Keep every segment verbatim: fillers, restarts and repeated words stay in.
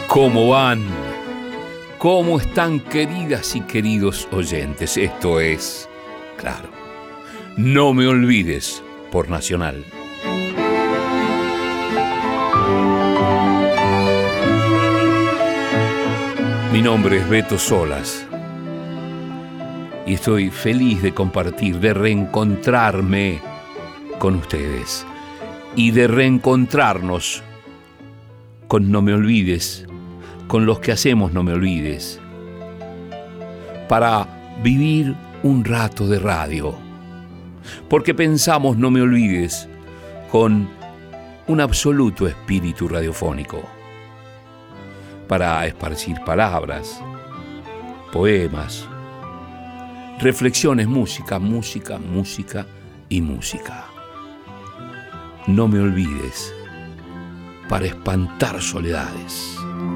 ¿Cómo van? ¿Cómo están, queridas y queridos oyentes? Esto es, claro, No Me Olvides por Nacional. Mi nombre es Beto Solas y estoy feliz de compartir, de reencontrarme con ustedes y de reencontrarnos con No Me Olvides, con los que hacemos No Me Olvides, para vivir un rato de radio, porque pensamos No Me Olvides con un absoluto espíritu radiofónico, para esparcir palabras, poemas, reflexiones, música, música, música y música. No me olvides, para espantar soledades.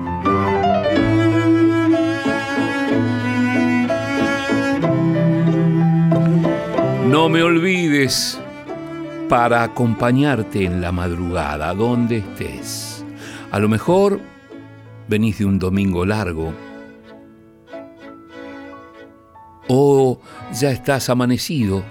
No me olvides, para acompañarte en la madrugada, donde estés. A lo mejor venís de un domingo largo, o ya estás amanecido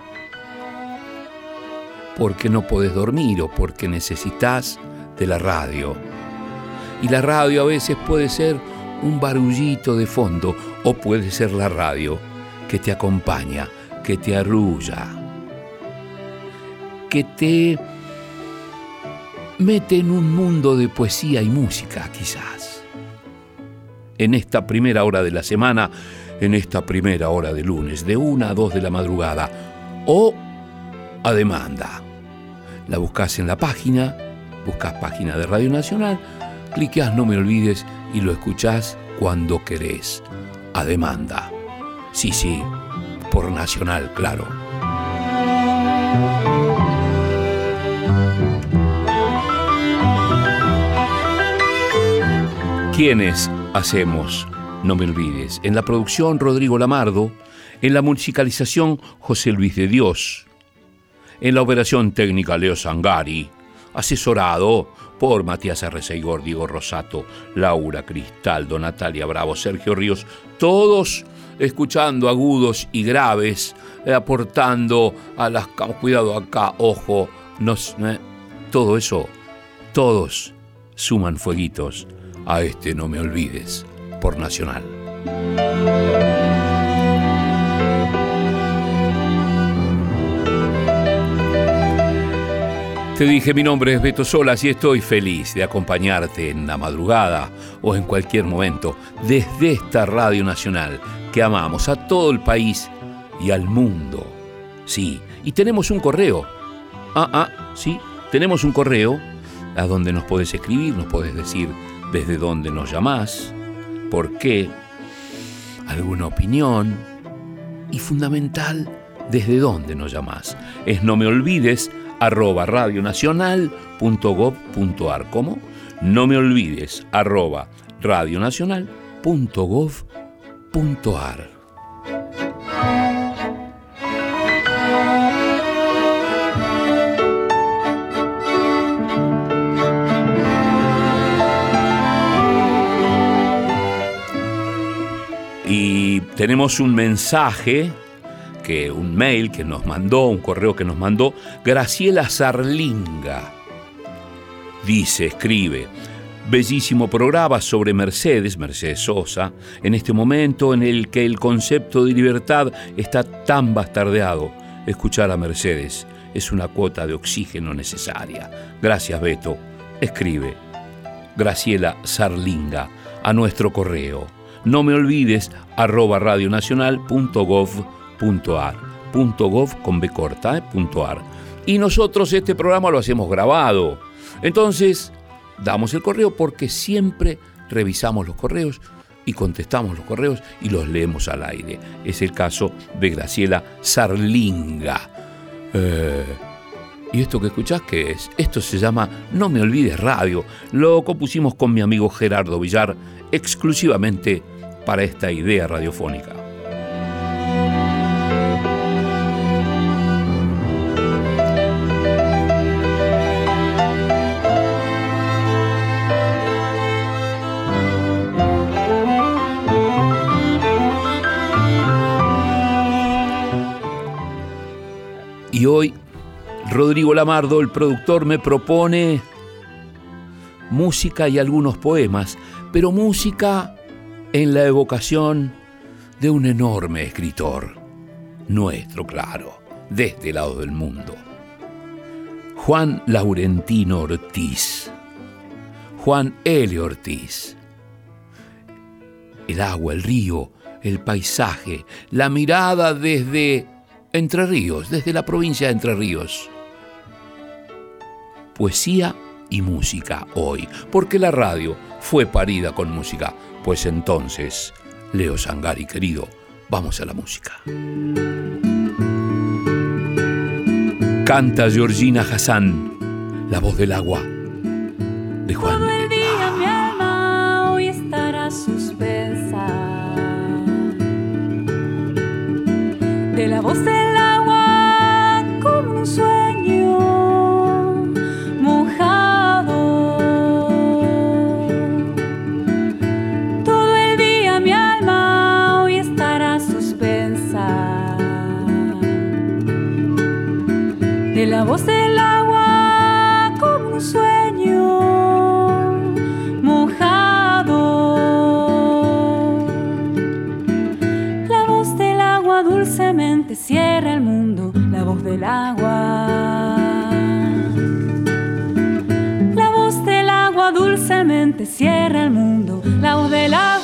porque no podés dormir o porque necesitas de la radio. Y la radio a veces puede ser un barullito de fondo, o puede ser la radio que te acompaña, que te arrulla, que te mete en un mundo de poesía y música, quizás. En esta primera hora de la semana, en esta primera hora de lunes, de una a dos de la madrugada, o a demanda. La buscás en la página, buscas página de Radio Nacional, cliqueás No Me Olvides y lo escuchás cuando querés, a demanda. Sí, sí, por Nacional, claro. ¿Quiénes hacemos No Me Olvides? En la producción, Rodrigo Lamardo. En la musicalización, José Luis de Dios. En la operación técnica, Leo Zangari. Asesorado por Matías Arreceigor, Diego Rosato, Laura Cristaldo, Natalia Bravo, Sergio Ríos. Todos escuchando agudos y graves, eh, aportando a las... Cuidado acá, ojo. Nos, eh, todo eso, todos suman fueguitos a este No Me Olvides por Nacional. Te dije, mi nombre es Beto Solas y estoy feliz de acompañarte en la madrugada o en cualquier momento desde esta Radio Nacional que amamos a todo el país y al mundo. Sí, y tenemos un correo. Ah, ah, sí, tenemos un correo a donde nos podés escribir, nos podés decir desde dónde nos llamás, por qué, alguna opinión y, fundamental, desde dónde nos llamás. Es no me olvides arroba radionacional.gov.ar. ¿Cómo? No me olvides arroba radionacional.gov.ar. Y tenemos un mensaje, que un mail que nos mandó, un correo que nos mandó Graciela Sarlinga. Dice, escribe: bellísimo programa sobre Mercedes, Mercedes Sosa, en este momento en el que el concepto de libertad está tan bastardeado. Escuchar a Mercedes es una cuota de oxígeno necesaria. Gracias, Beto. Escribe Graciela Sarlinga a nuestro correo. No me olvides arroba radionacional.gov.ar, punto gov con B corta, eh, punto ar. Y nosotros este programa lo hacemos grabado. Entonces, damos el correo porque siempre revisamos los correos y contestamos los correos y los leemos al aire. Es el caso de Graciela Sarlinga. Eh, ¿Y esto que escuchás qué es? Esto se llama No Me Olvides Radio. Lo compusimos con mi amigo Gerardo Villar exclusivamente para esta idea radiofónica. Y hoy Rodrigo Lamardo, el productor, me propone música y algunos poemas, pero música en la evocación de un enorme escritor, nuestro, claro, de este lado del mundo. Juan Laurentino Ortiz, Juan L. Ortiz. El agua, el río, el paisaje, la mirada desde Entre Ríos, desde la provincia de Entre Ríos. Poesía y música hoy, porque la radio fue parida con música. Pues entonces, Leo Sangari, querido, vamos a la música. Canta Georgina Hassan, La voz del agua, de Juan. Todo el día ah. mi alma hoy estará suspensa de la voz del agua como un sueño mojado. Todo el día mi alma hoy estará suspensa de la voz del agua como un sueño mojado. La voz del agua dulcemente cierra el mundo, la voz del agua. La voz del agua dulcemente cierra el mundo, la voz del agua.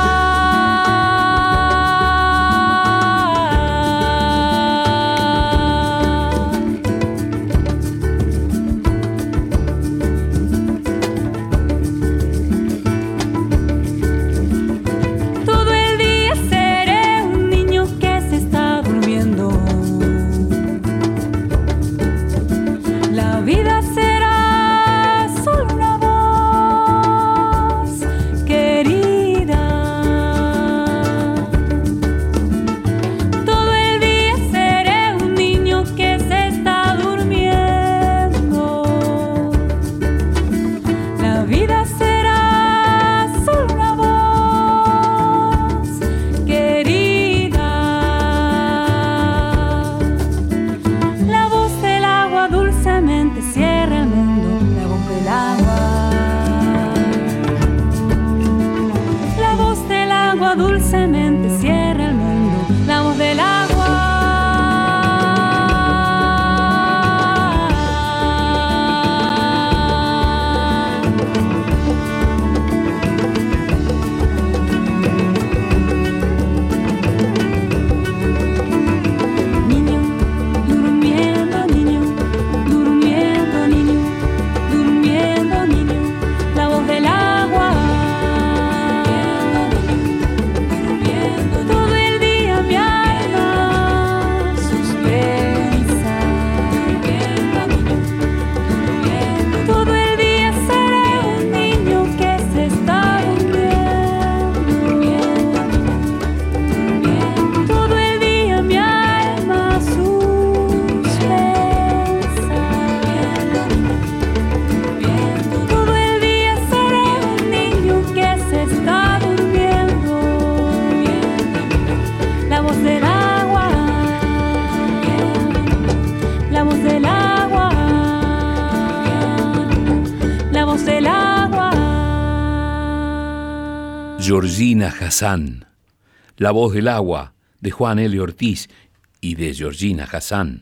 Georgina Hassan, La voz del agua, de Juan L. Ortiz y de Georgina Hassan.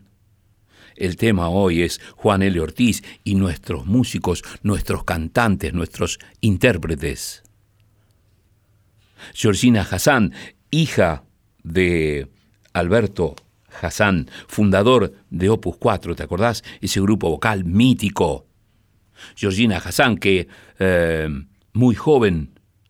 El tema hoy es Juan L. Ortiz y nuestros músicos, nuestros cantantes, nuestros intérpretes. Georgina Hassan, hija de Alberto Hassan, fundador de Opus cuatro, ¿te acordás? Ese grupo vocal mítico. Georgina Hassan, que eh, muy joven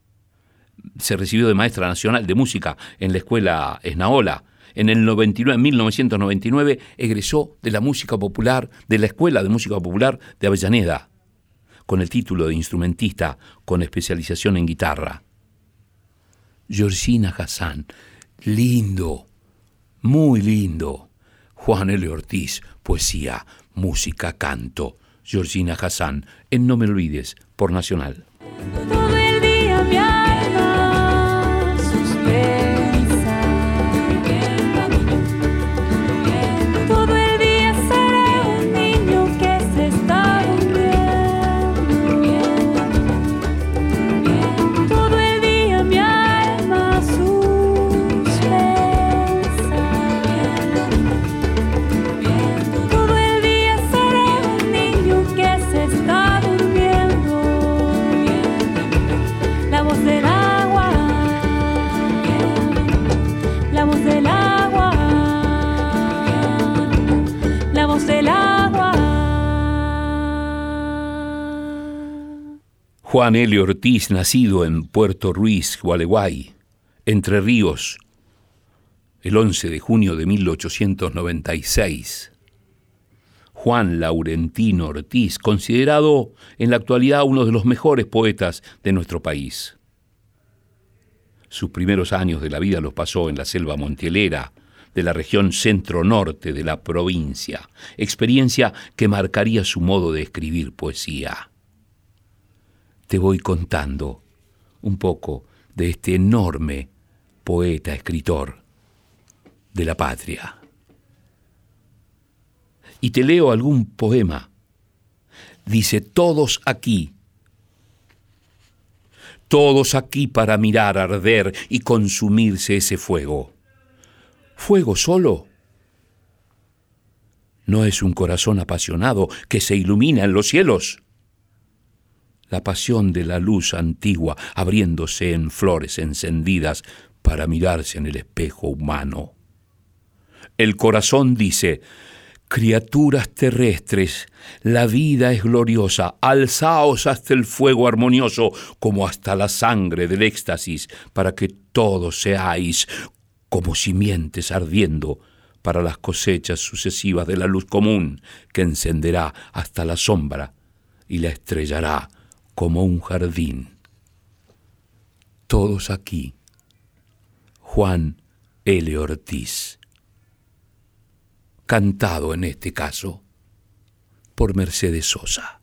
se recibió de maestra nacional de música en la escuela Esnaola. En el noventa y nueve, mil novecientos noventa y nueve egresó de la música popular, de la Escuela de Música Popular de Avellaneda, con el título de instrumentista con especialización en guitarra. Georgina Hassan, lindo, muy lindo. Juan L. Ortiz, poesía, música, canto. Georgina Hassan, en No Me Olvides, por Nacional. Todo el día mi alma suspensa, todo el día Juan Elio Ortiz, nacido en Puerto Ruiz, Gualeguay, Entre Ríos, el once de junio de mil ochocientos noventa y seis. Juan Laurentino Ortiz, considerado en la actualidad uno de los mejores poetas de nuestro país. Sus primeros años de la vida los pasó en la selva montielera de la región centro-norte de la provincia, experiencia que marcaría su modo de escribir poesía. Te voy contando un poco de este enorme poeta, escritor de la patria. Y te leo algún poema. Dice: todos aquí, todos aquí para mirar arder y consumirse ese fuego. ¿Fuego solo? ¿No es un corazón apasionado que se ilumina en los cielos? La pasión de la luz antigua abriéndose en flores encendidas para mirarse en el espejo humano. El corazón dice: criaturas terrestres, la vida es gloriosa, alzaos hasta el fuego armonioso, como hasta la sangre del éxtasis, para que todos seáis como simientes ardiendo para las cosechas sucesivas de la luz común, que encenderá hasta la sombra y la estrellará como un jardín. Todos aquí. Juan Elio Ortiz. Cantado en este caso por Mercedes Sosa.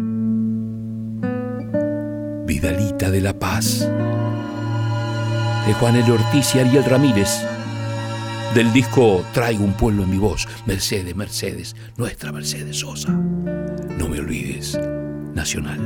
Vidalita de la Paz, de Juan Elio Ortiz y Ariel Ramírez, del disco Traigo un pueblo en mi voz. Mercedes, Mercedes, nuestra Mercedes Sosa. No me olvides, Nacional.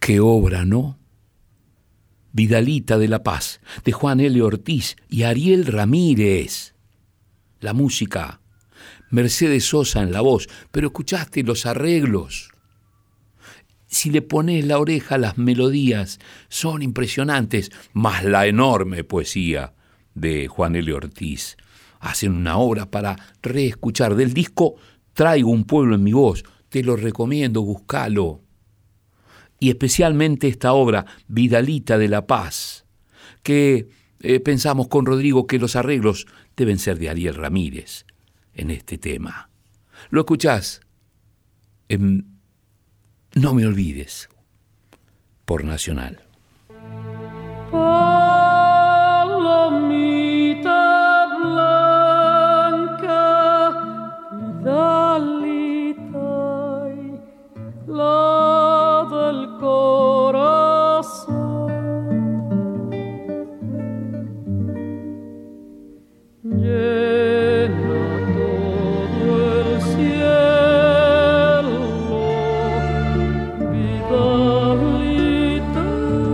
Qué obra, ¿no? Vidalita de la Paz, de Juan L. Ortiz y Ariel Ramírez. La música, Mercedes Sosa en la voz, pero escuchaste los arreglos. Si le pones la oreja a las melodías, son impresionantes, más la enorme poesía de Juan L. Ortiz. Hacen una obra para reescuchar. Del disco Traigo un pueblo en mi voz, te lo recomiendo, búscalo. Y especialmente esta obra, Vidalita de la Paz, que eh, pensamos con Rodrigo que los arreglos deben ser de Ariel Ramírez en este tema. Lo escuchás en No me olvides, por Nacional. Palomita blanca, Vidalita, la del corazón, llena todo el cielo, Vidalita,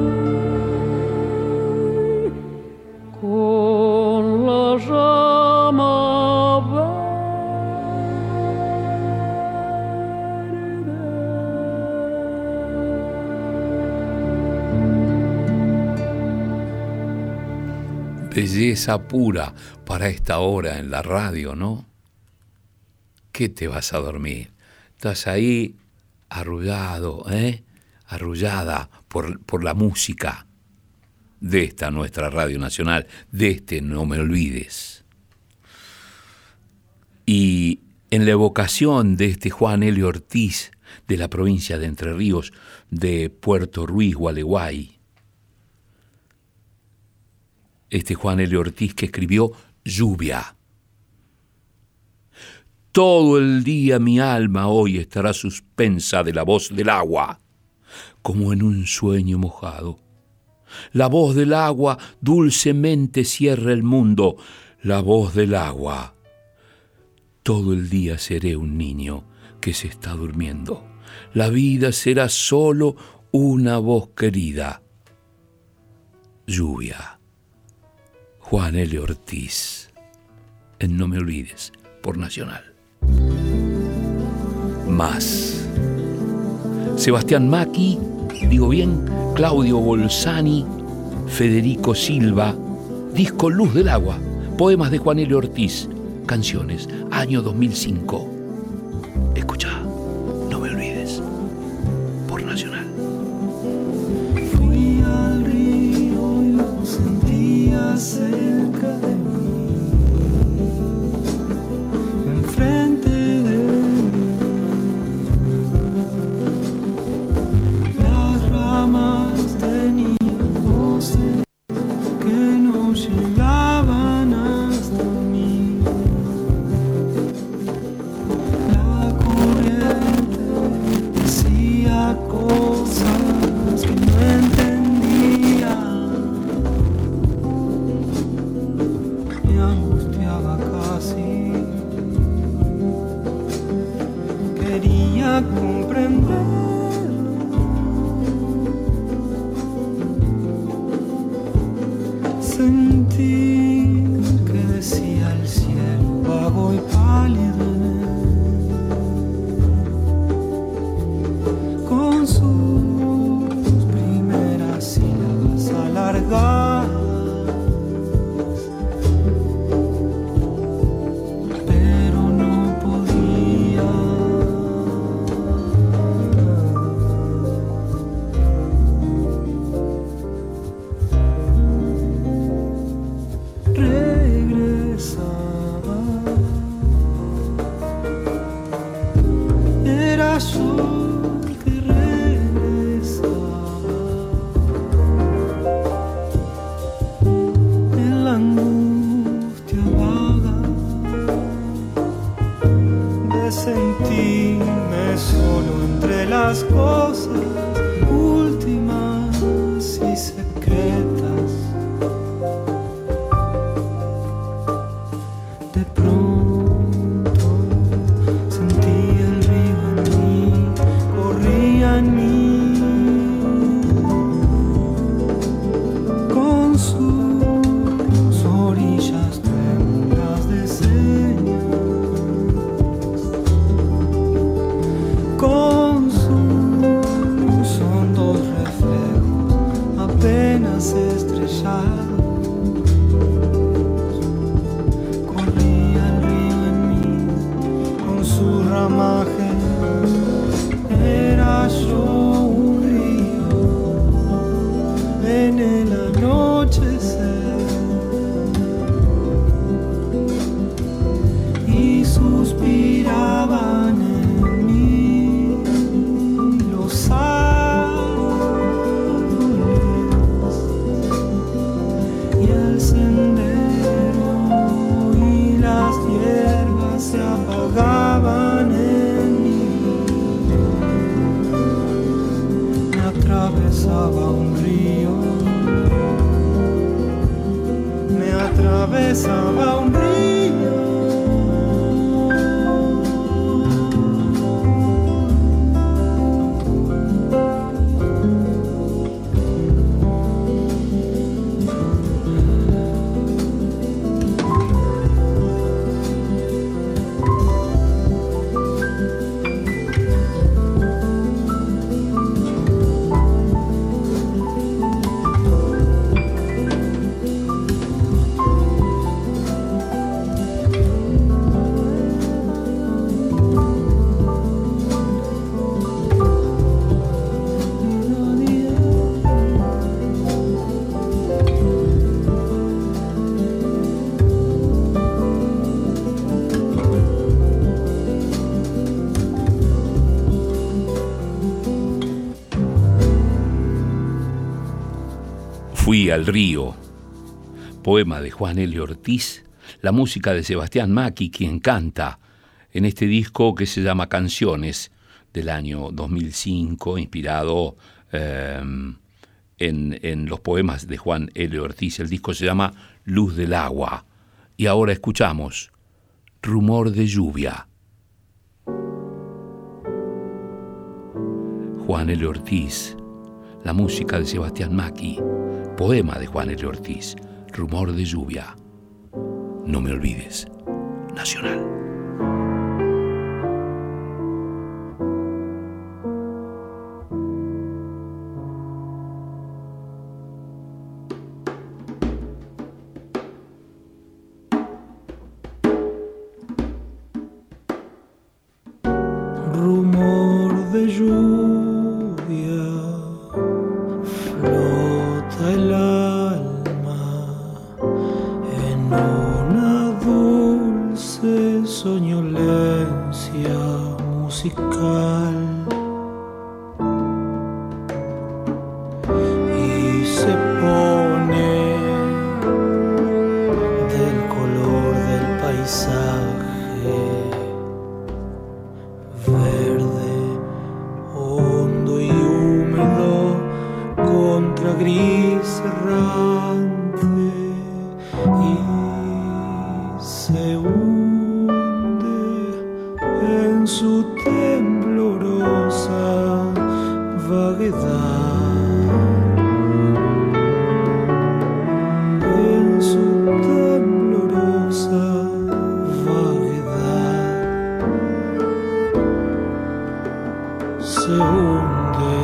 con la rama Belleza pura para esta hora en la radio, ¿no? ¿Qué te vas a dormir? Estás ahí arrullado, ¿eh? Arrullada por, por la música de esta nuestra Radio Nacional, de este No me olvides. Y en la evocación de este Juan L. Ortiz, de la provincia de Entre Ríos, de Puerto Ruiz, Gualeguay, este Juan L. Ortiz que escribió Lluvia. Todo el día mi alma hoy estará suspensa de la voz del agua, como en un sueño mojado. La voz del agua dulcemente cierra el mundo, la voz del agua. Todo el día seré un niño que se está durmiendo. La vida será solo una voz querida. Lluvia. Juan L. Ortiz, en No me olvides, por Nacional. Más. Sebastián Macchi, digo bien, Claudio Bolzani, Federico Silva, disco Luz del Agua, poemas de Juan L. Ortiz, canciones, año dos mil cinco. Escucha, No me olvides, por Nacional. Fui al río y lo sentía cerca de mí, enfrente de mí. Las ramas tenían voces que no llegaban hasta mí. La corriente decía cosas que no entendía. Me angustiaba casi. Quería comprenderlo. Sentí que decía el cielo vago y pálido en él, con sus primeras sílabas alargadas, pero no podía. Regresaba, era yo que regresaba, en la angustia vaga de sentirme solo entre las cosas últimas y secretas. De pronto sentí el río en mí, corría en mí. atravesaba un río, me atravesaba un río. Fui al río, poema de Juan Elio Ortiz, la música de Sebastián Macchi, quien canta en este disco que se llama Canciones, del año dos mil cinco, inspirado eh, en, en los poemas de Juan Elio Ortiz. El disco se llama Luz del Agua. Y ahora escuchamos Rumor de Lluvia. Juan Elio Ortiz, la música de Sebastián Macchi, poema de Juan Elio Ortiz, Rumor de Lluvia. No me olvides, Nacional. Rumor de lluvia, flota el alma en una dulce soñolencia musical, y se pone del color del paisaje, verde, hondo y húmedo contra gris errante, y se hunde en su temblorosa vaguedad, en su temblorosa vaguedad. Se hunde.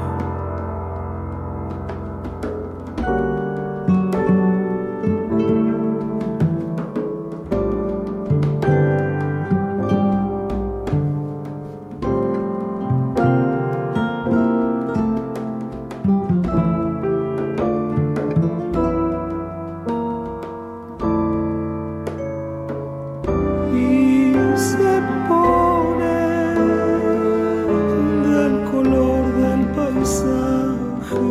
Y se pone del color del paisaje,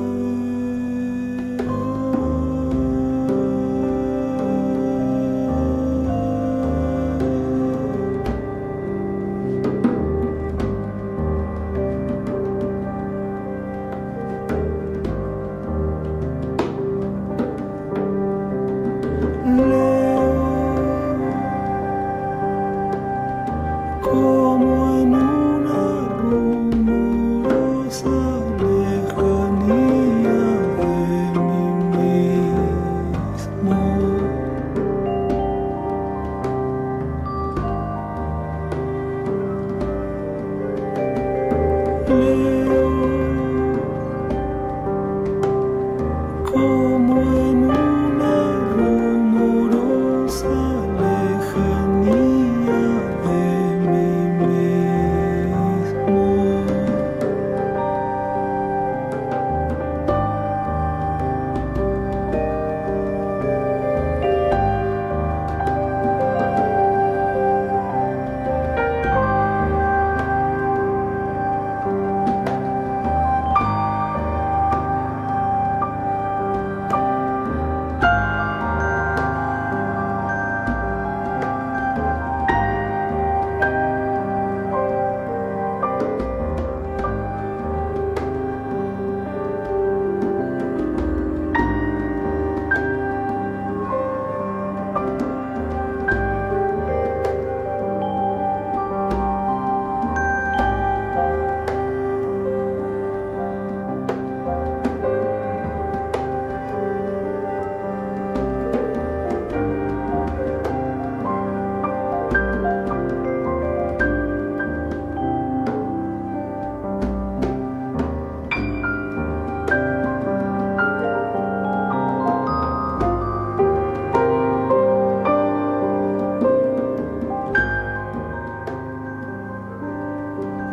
como en una rumorosa lejanía de mí mismo. Leo como en una rumorosa lejanía de mí mismo.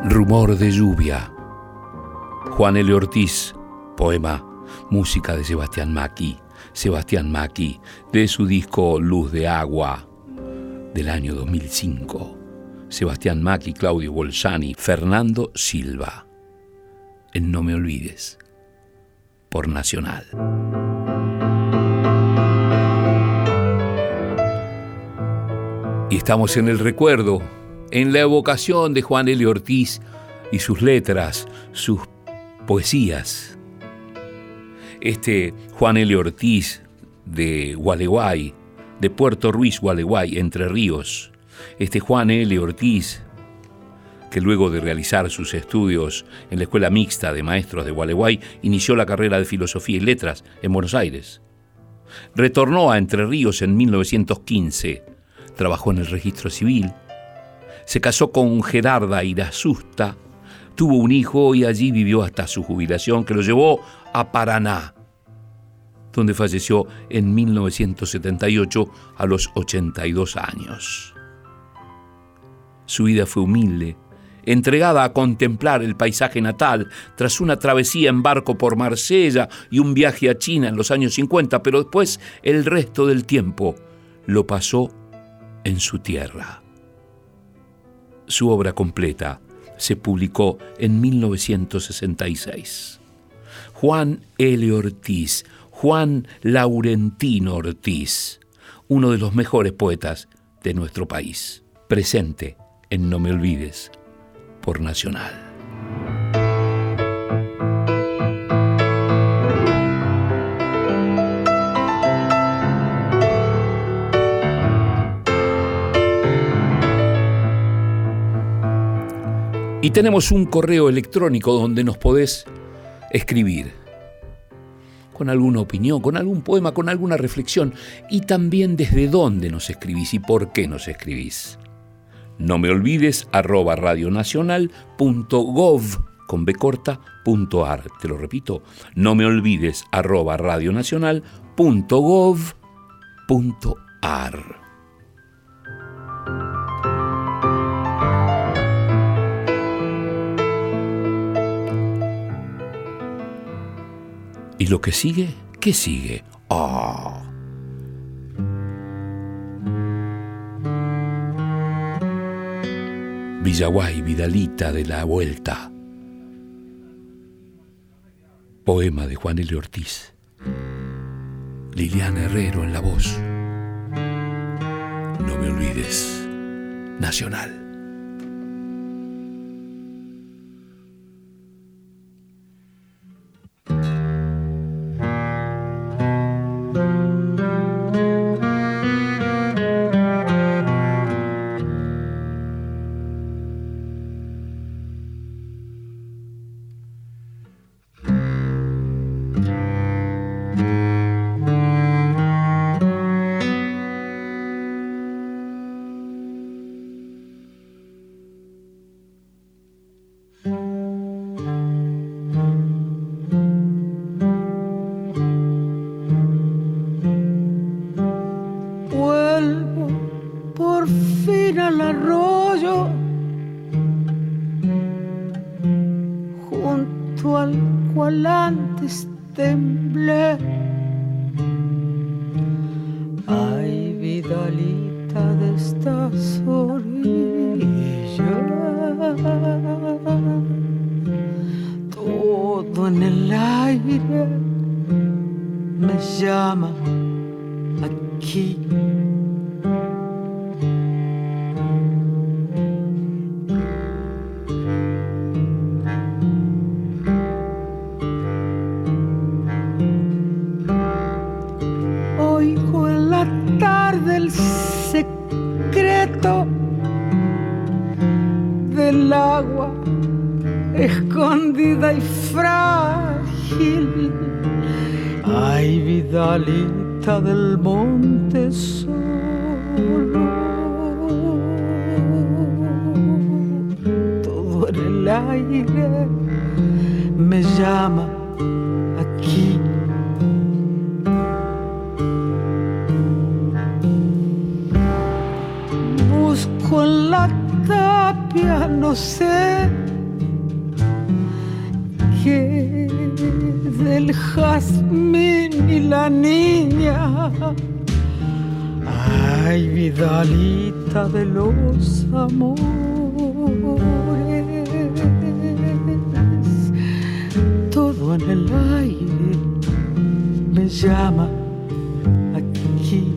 Rumor de lluvia. Juan L. Ortiz, poema, música de Sebastián Maquis. Sebastián Maquis, de su disco Luz de Agua, del año dos mil cinco. Sebastián Maquis, Claudio Bolzani, Fernando Silva. En No me olvides, por Nacional. Y estamos en el recuerdo, en la evocación de Juan L. Ortiz y sus letras, sus poesías. Este Juan L. Ortiz de Gualeguay, de Puerto Ruiz, Gualeguay, Entre Ríos. Este Juan L. Ortiz, que luego de realizar sus estudios en la Escuela Mixta de Maestros de Gualeguay, inició la carrera de Filosofía y Letras en Buenos Aires. Retornó a Entre Ríos en mil novecientos quince, trabajó en el registro civil, se casó con Gerarda Irasusta, tuvo un hijo y allí vivió hasta su jubilación, que lo llevó a Paraná, donde falleció en mil novecientos setenta y ocho a los ochenta y dos años. Su vida fue humilde, entregada a contemplar el paisaje natal tras una travesía en barco por Marsella y un viaje a China en los años cincuenta, pero después el resto del tiempo lo pasó en su tierra. Su obra completa se publicó en mil novecientos sesenta y seis. Juan L. Ortiz, Juan Laurentino Ortiz, uno de los mejores poetas de nuestro país, presente en No me olvides, por Nacional. Y tenemos un correo electrónico donde nos podés escribir con alguna opinión, con algún poema, con alguna reflexión, y también desde dónde nos escribís y por qué nos escribís. No me olvides, arroba radionacional.gov con b corta, punto ar. Te lo repito, no me olvides, arroba radionacional.gov punto ar. ¿Y lo que sigue? ¿Qué sigue? ¡Oh! Villaguay, Vidalita de la Vuelta. Poema de Juan L. Ortiz. Liliana Herrero en la voz. No me olvides, Nacional. Del monte solo, todo en el aire me llama aquí. Busco en la tapia, no sé que del jazmín y la niña. Ay, Vidalita de los amores, todo en el aire me llama aquí.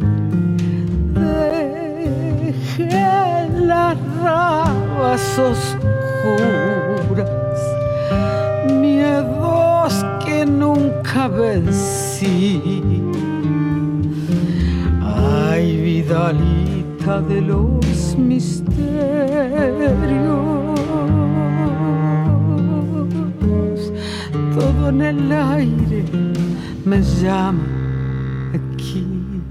Dejé las rabas oscuras, miedos que nunca vencí. Ay, Vidalita de los misterios, todo en el aire me llama aquí.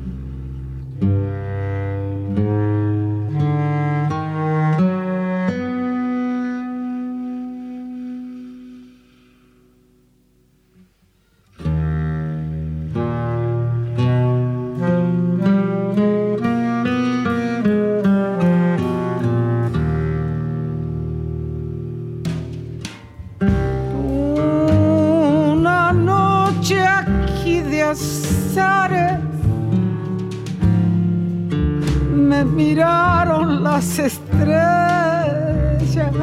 Me miraron las estrellas.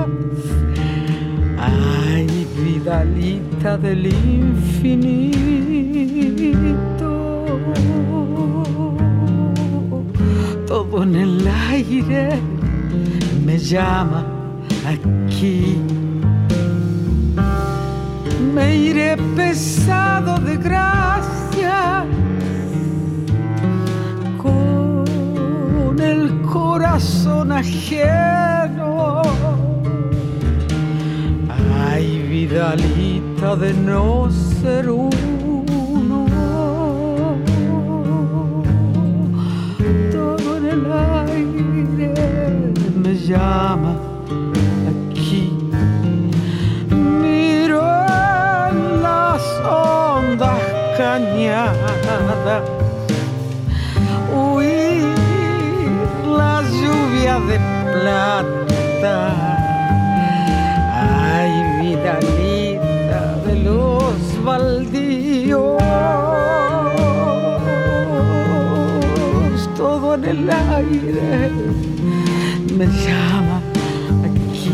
Ay, Vidalita del infinito, todo en el aire me llama aquí. Me iré pesado de gracia, con el corazón ajeno. Ay, Vidalita de no ser uno, todo en el aire me llama aquí. Miro en las ondas cañadas, huir la lluvia de plata. Ay, Vidalita de los baldíos, todo en el aire me llama aquí.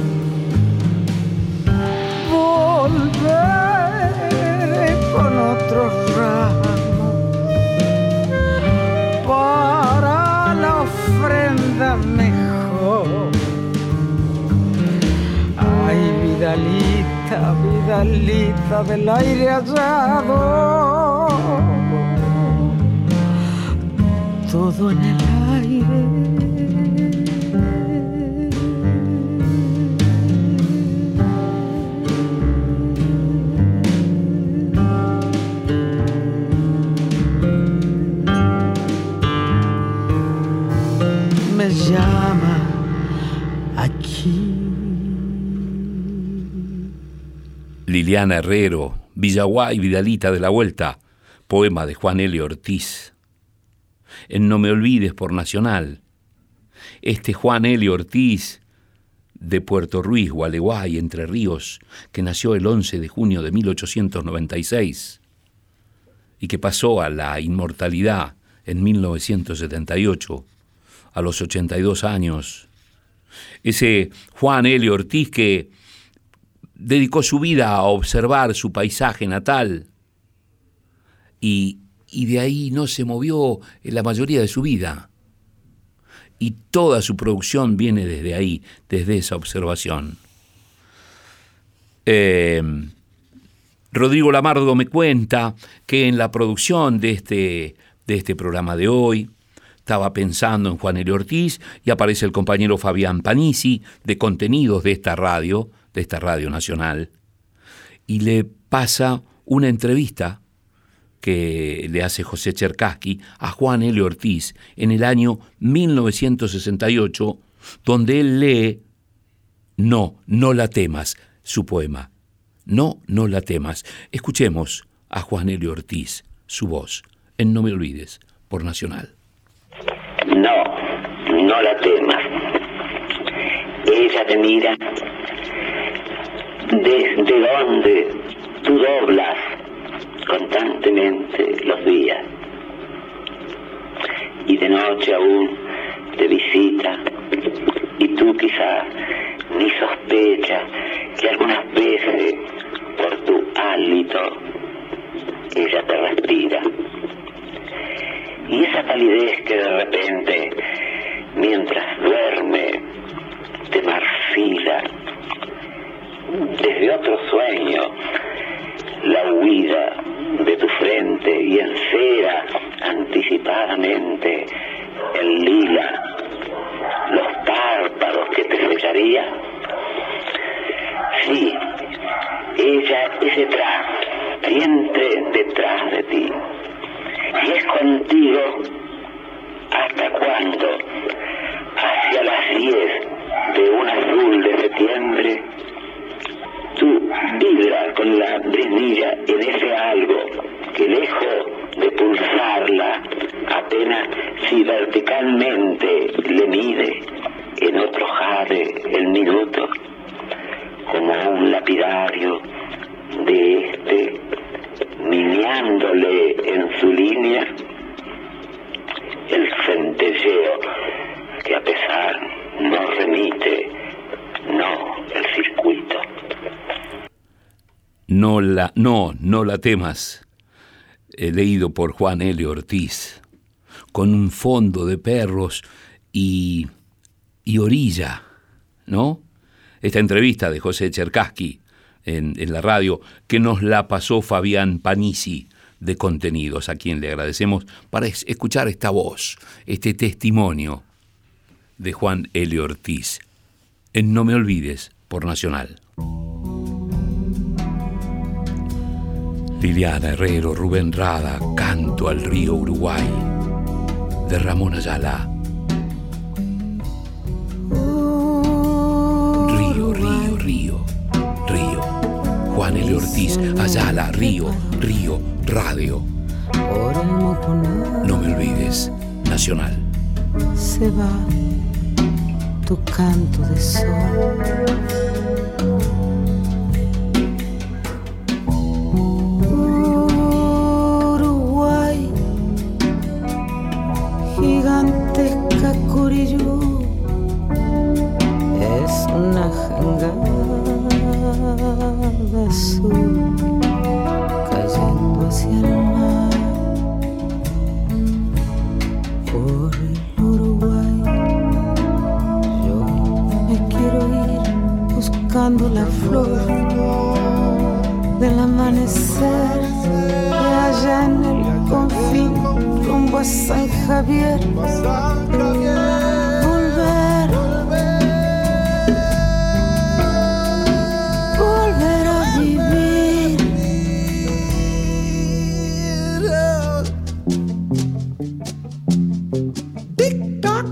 Volveré con otros ramos para la ofrenda mejor. Ay, Vidalita, Vidalita del aire hallado, todo en el aire me llama aquí. Liliana Herrero, Villaguay, Vidalita de la Vuelta, poema de Juan Elio Ortiz. En No me olvides por Nacional, este Juan Elio Ortiz de Puerto Ruiz, Gualeguay, Entre Ríos, que nació el once de junio de mil ochocientos noventa y seis y que pasó a la inmortalidad en mil novecientos setenta y ocho, a los ochenta y dos años. Ese Juan Elio Ortiz que dedicó su vida a observar su paisaje natal y, y de ahí no se movió en la mayoría de su vida. Y toda su producción viene desde ahí, desde esa observación. Eh, Rodrigo Lamardo me cuenta que en la producción de este, de este programa de hoy estaba pensando en Juan Elio Ortiz y aparece el compañero Fabián Panisi de contenidos de esta radio, de esta radio nacional, y le pasa una entrevista que le hace José Cherkassky a Juan Elio Ortiz en el año mil novecientos sesenta y ocho, donde él lee No, no la temas, su poema. No, no la temas. Escuchemos a Juan Elio Ortiz, su voz, en No me olvides, por Nacional. No, no la temas. Ella te mira. ¿Desde dónde? tú doblas constantemente los días y de noche aún te visita y tú quizás ni sospechas que algunas veces por tu hálito ella te respira. Y esa palidez que de repente, mientras duerme, te marfila desde otro sueño la huida de tu frente y encera anticipadamente el lila, los párpados que te sellaría. Sí, ella es detrás, siempre detrás de ti. Y es contigo hasta cuando, hacia las diez de un azul de septiembre, tú vibras con la brisnilla en ese algo que lejos de pulsarla, apenas si verticalmente le mide en otro jade el minuto, como un lapidario de este, miniándole en su línea el centelleo que a pesar no remite, no el circuito. No la, no, no la temas, he leído por Juan Elio Ortiz, con un fondo de perros y, y orilla, ¿no? Esta entrevista de José Cherkassky en, en la radio, que nos la pasó Fabián Panisi de Contenidos, a quien le agradecemos para es, escuchar esta voz, este testimonio de Juan Elio Ortiz, en No Me Olvides, por Nacional. Liliana Herrero, Rubén Rada, Canto al Río Uruguay, de Ramón Ayala. Río, río, río, río. Juan Elio Ortiz, Ayala, río, río, radio. No me olvides, Nacional. Se va tu canto de sol. Gigantesca Curiyú es una jangada azul cayendo hacia el mar por el Uruguay. Yo me quiero ir buscando la flor del amanecer de allá en el confín rumbo a San Javier. Volver, volver a vivir. Tic tac,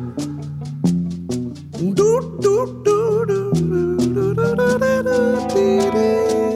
du du du du du du du du.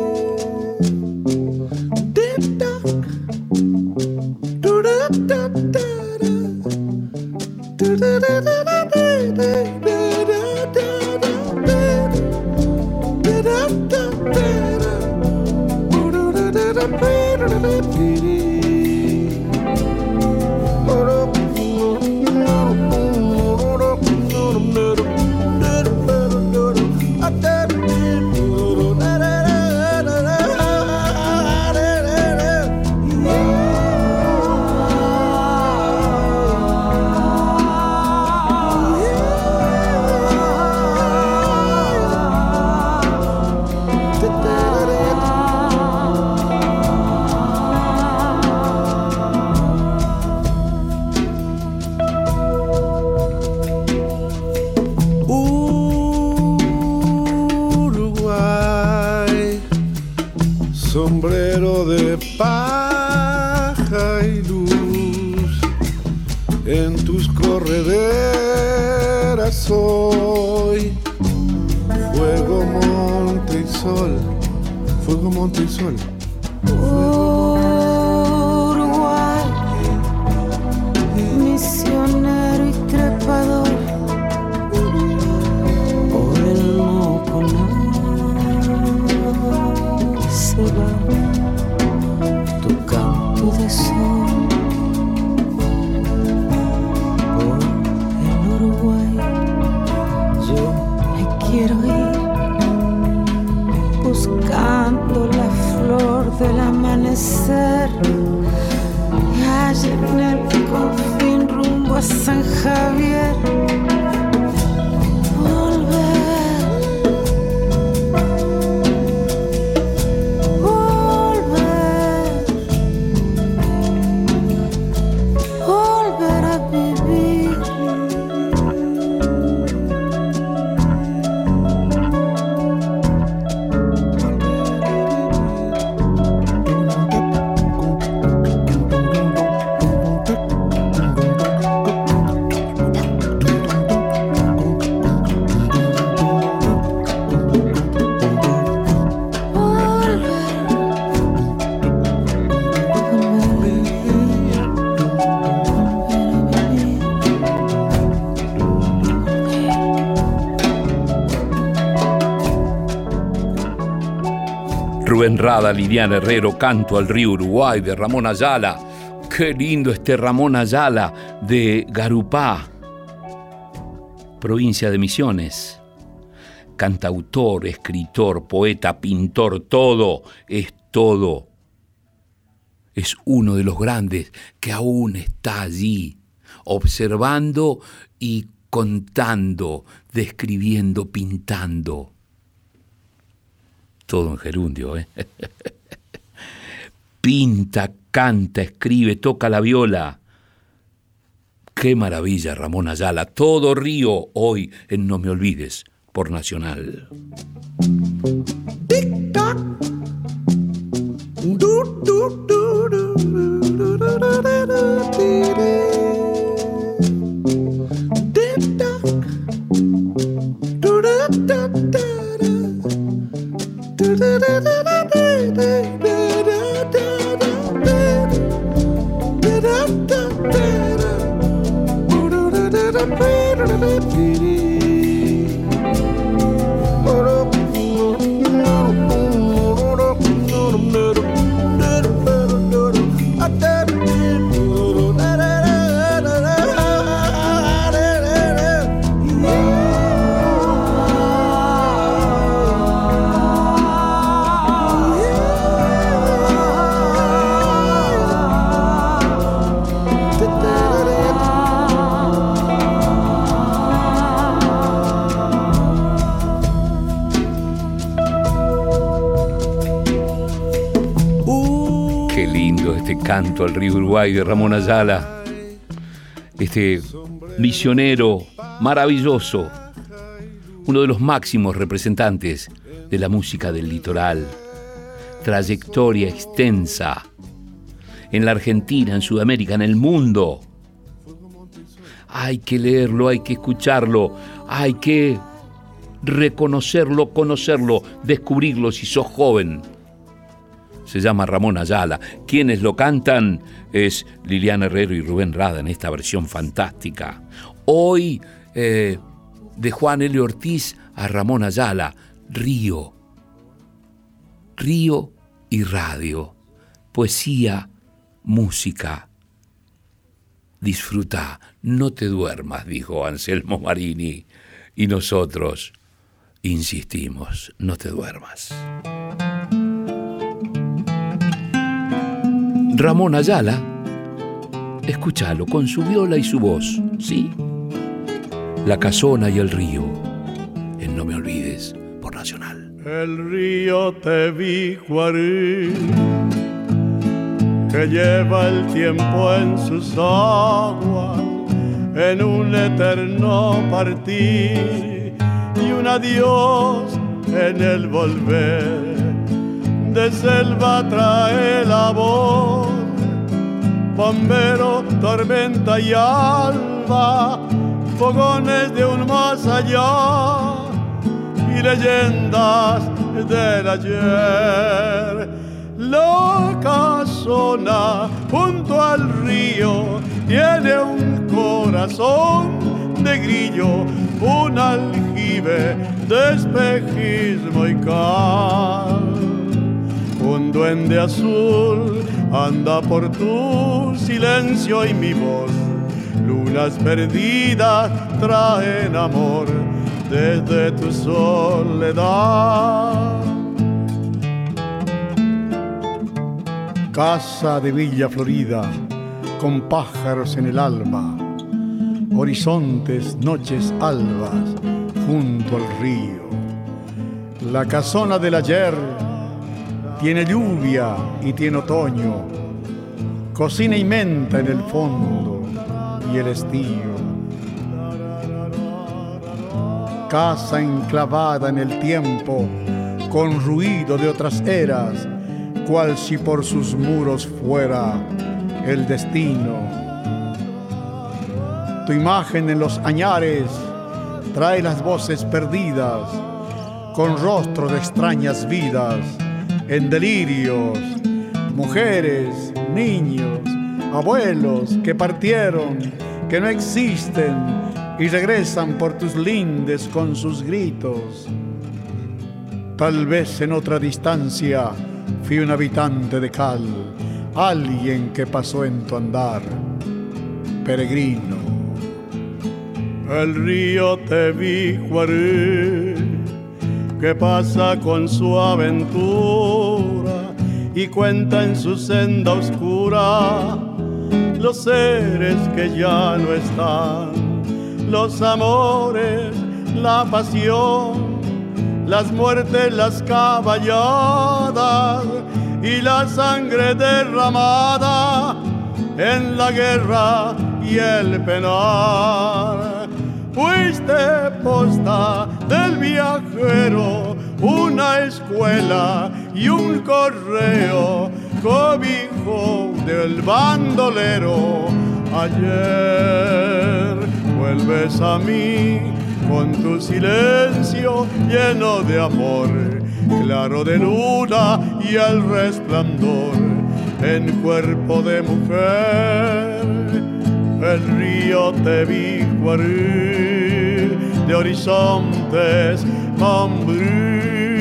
Sombrero de paja y luz, en tus correderas soy. Fuego, monte y sol, fuego, monte y sol. Uruguay, misionero y trepador, por el Moconá se va. amanecer. Y allá en el Confín rumbo a San Javier. Rubén Rada, Liliana Herrero, Canto al Río Uruguay, de Ramón Ayala. Qué lindo este Ramón Ayala, de Garupá, provincia de Misiones. Cantautor, escritor, poeta, pintor, todo, es todo. Es uno de los grandes que aún está allí, observando y contando, describiendo, pintando. Todo en gerundio, ¿eh? Pinta, canta, escribe, toca la viola. ¡Qué maravilla, Ramón Ayala! Todo río hoy en No Me Olvides, por Nacional. Tic-tac. Du, du, du, du, du, du, du, du, Tic-tac. Du, du, du, du. Canto al Río Uruguay, de Ramón Ayala, este misionero maravilloso, uno de los máximos representantes de la música del litoral, trayectoria extensa en la Argentina, en Sudamérica, en el mundo. Hay que leerlo, hay que escucharlo, hay que reconocerlo, conocerlo, descubrirlo si sos joven. Se llama Ramón Ayala. Quienes lo cantan es Liliana Herrero y Rubén Rada en esta versión fantástica. Hoy, eh, de Juan L. Ortiz a Ramón Ayala, Río. Río y radio. Poesía, música. Disfruta, no te duermas, dijo Anselmo Marini. Y nosotros insistimos, no te duermas. Ramón Ayala, escúchalo con su viola y su voz, ¿sí? La casona y el río, en No Me Olvides, por Nacional. El río te dijo Ari, que lleva el tiempo en sus aguas, en un eterno partir y un adiós en el volver. De selva trae la voz, bombero, tormenta y alba, fogones de un más allá y leyendas del ayer. La casona junto al río tiene un corazón de grillo, un aljibe de espejismo y cal. Un duende azul anda por tu silencio y mi voz. Lunas perdidas traen amor desde tu soledad. Casa de Villa Florida, con pájaros en el alba, horizontes, noches albas, junto al río. La casona del ayer tiene lluvia y tiene otoño, cocina y menta en el fondo y el estío. Casa enclavada en el tiempo, con ruido de otras eras, cual si por sus muros fuera el destino. Tu imagen en los añares trae las voces perdidas, con rostro de extrañas vidas, en delirios, mujeres, niños, abuelos que partieron, que no existen y regresan por tus lindes con sus gritos. Tal vez en otra distancia fui un habitante de cal, alguien que pasó en tu andar, peregrino. El río te vi juaré, que pasa con su aventura y cuenta en su senda oscura los seres que ya no están, los amores, la pasión, las muertes, las caballadas y la sangre derramada en la guerra y el penar. Fuiste posta del viajero, una escuela y un correo, cobijo del bandolero. Ayer vuelves a mí con tu silencio lleno de amor, claro de luna y el resplandor en cuerpo de mujer. El río te vi juaré, de horizontes Montbrú.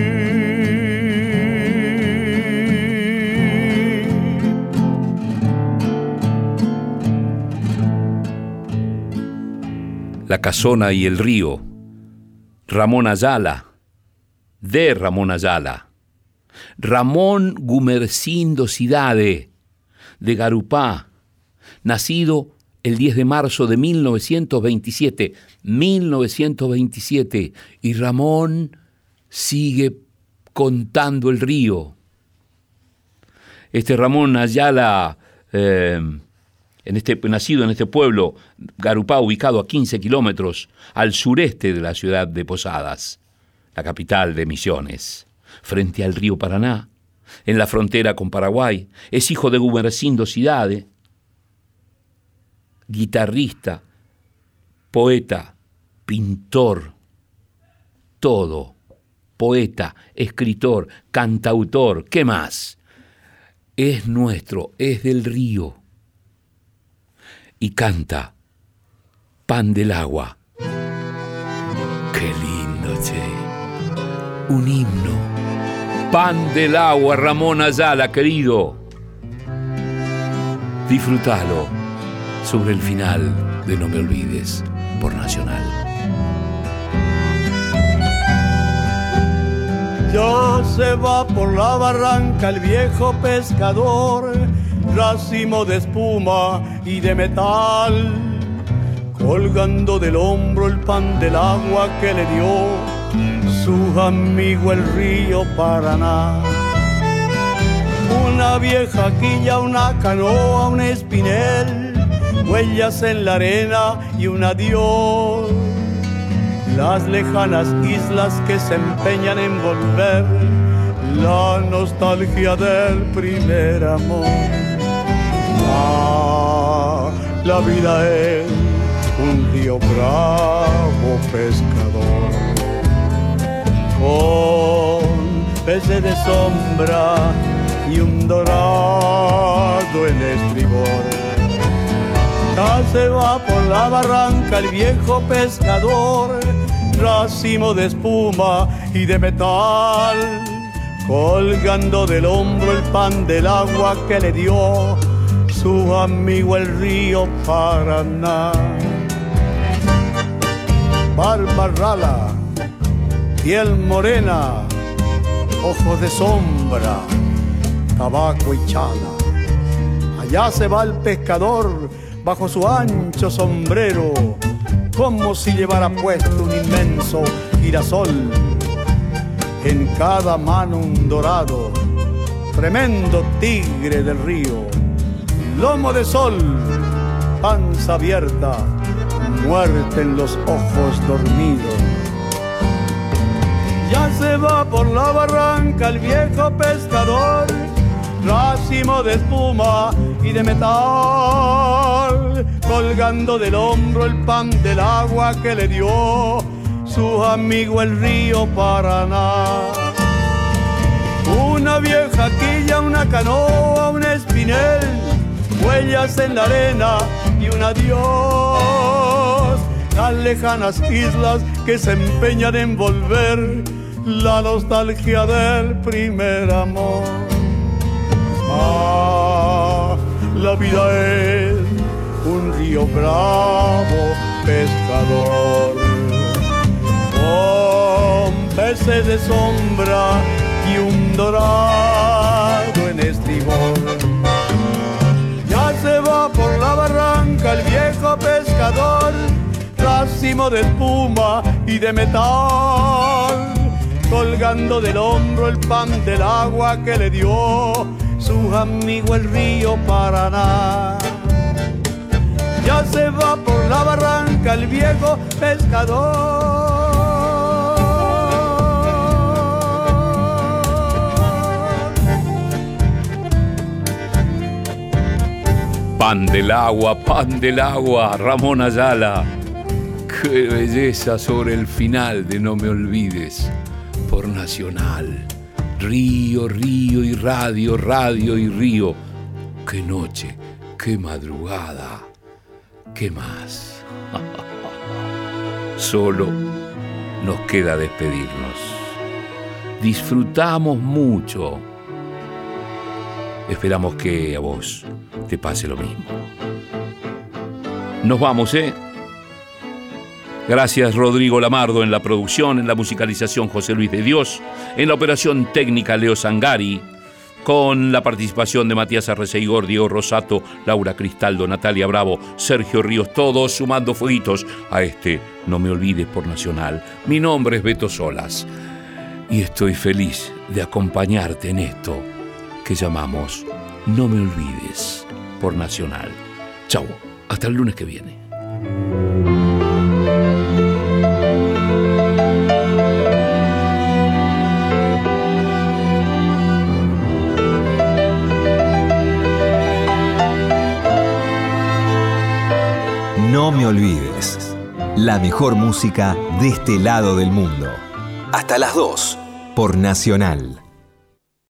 La casona y el río, Ramón Ayala, de Ramón Ayala. Ramón Gumersindo Cidade, de Garupá, nacido el diez de marzo de mil novecientos veintisiete, mil novecientos veintisiete, y Ramón sigue contando el río. Este Ramón Ayala, eh, en este, nacido en este pueblo, Garupá, ubicado a quince kilómetros al sureste de la ciudad de Posadas, la capital de Misiones, frente al río Paraná, en la frontera con Paraguay. Es hijo de Gumersindo Cidade, guitarrista, poeta, pintor, todo, poeta, escritor, cantautor, ¿qué más? Es nuestro, es del río. Y canta Pan del Agua. ¡Qué lindo, che! Un himno. Pan del Agua, Ramón Ayala, querido. Disfrútalo sobre el final de No Me Olvides, por Nacional. Ya se va por la barranca el viejo pescador, racimo de espuma y de metal, colgando del hombro el pan del agua que le dio su amigo el río Paraná. Una vieja quilla, una canoa, un espinel, huellas en la arena y un adiós. Las lejanas islas que se empeñan en volver, la nostalgia del primer amor. Ah, la vida es un río bravo pescador, con peces de sombra y un dorado en estribor. Ya se va por la barranca el viejo pescador, racimo de espuma y de metal, colgando del hombro el pan del agua que le dio su amigo el río Paraná. Barba rala, piel morena, ojos de sombra, tabaco y chala. Ya se va el pescador bajo su ancho sombrero, como si llevara puesto un inmenso girasol. En cada mano un dorado, tremendo tigre del río, lomo de sol, panza abierta, muerte en los ojos dormidos. Ya se va por la barranca el viejo pescador, racimo de espuma y de metal, colgando del hombro el pan del agua que le dio su amigo el río Paraná. Una vieja quilla, una canoa, un espinel, huellas en la arena y un adiós. Las lejanas islas que se empeñan en volver la nostalgia del primer amor. Ah, la vida es un río bravo, pescador, con peces de sombra y un dorado en estribor. Ya se va por la barranca el viejo pescador, racimo de espuma y de metal, colgando del hombro el pan del agua que le dio su amigo el río Paraná. Ya se va por la barranca el viejo pescador. Pan del agua, pan del agua, Ramón Ayala. Qué belleza sobre el final de No me olvides, por Nacional. Río, río y radio, radio y río. Qué noche, qué madrugada, qué más. Solo nos queda despedirnos. Disfrutamos mucho. Esperamos que a vos te pase lo mismo. Nos vamos, ¿eh? Gracias Rodrigo Lamardo en la producción, en la musicalización José Luis de Dios, en la operación técnica Leo Sangari, con la participación de Matías Arreceigor, Diego Rosato, Laura Cristaldo, Natalia Bravo, Sergio Ríos, todos sumando fueguitos a este No me olvides por Nacional. Mi nombre es Beto Solas y estoy feliz de acompañarte en esto que llamamos No me olvides por Nacional. Chau, hasta el lunes que viene. No me olvides, la mejor música de este lado del mundo. Hasta las dos, por Nacional.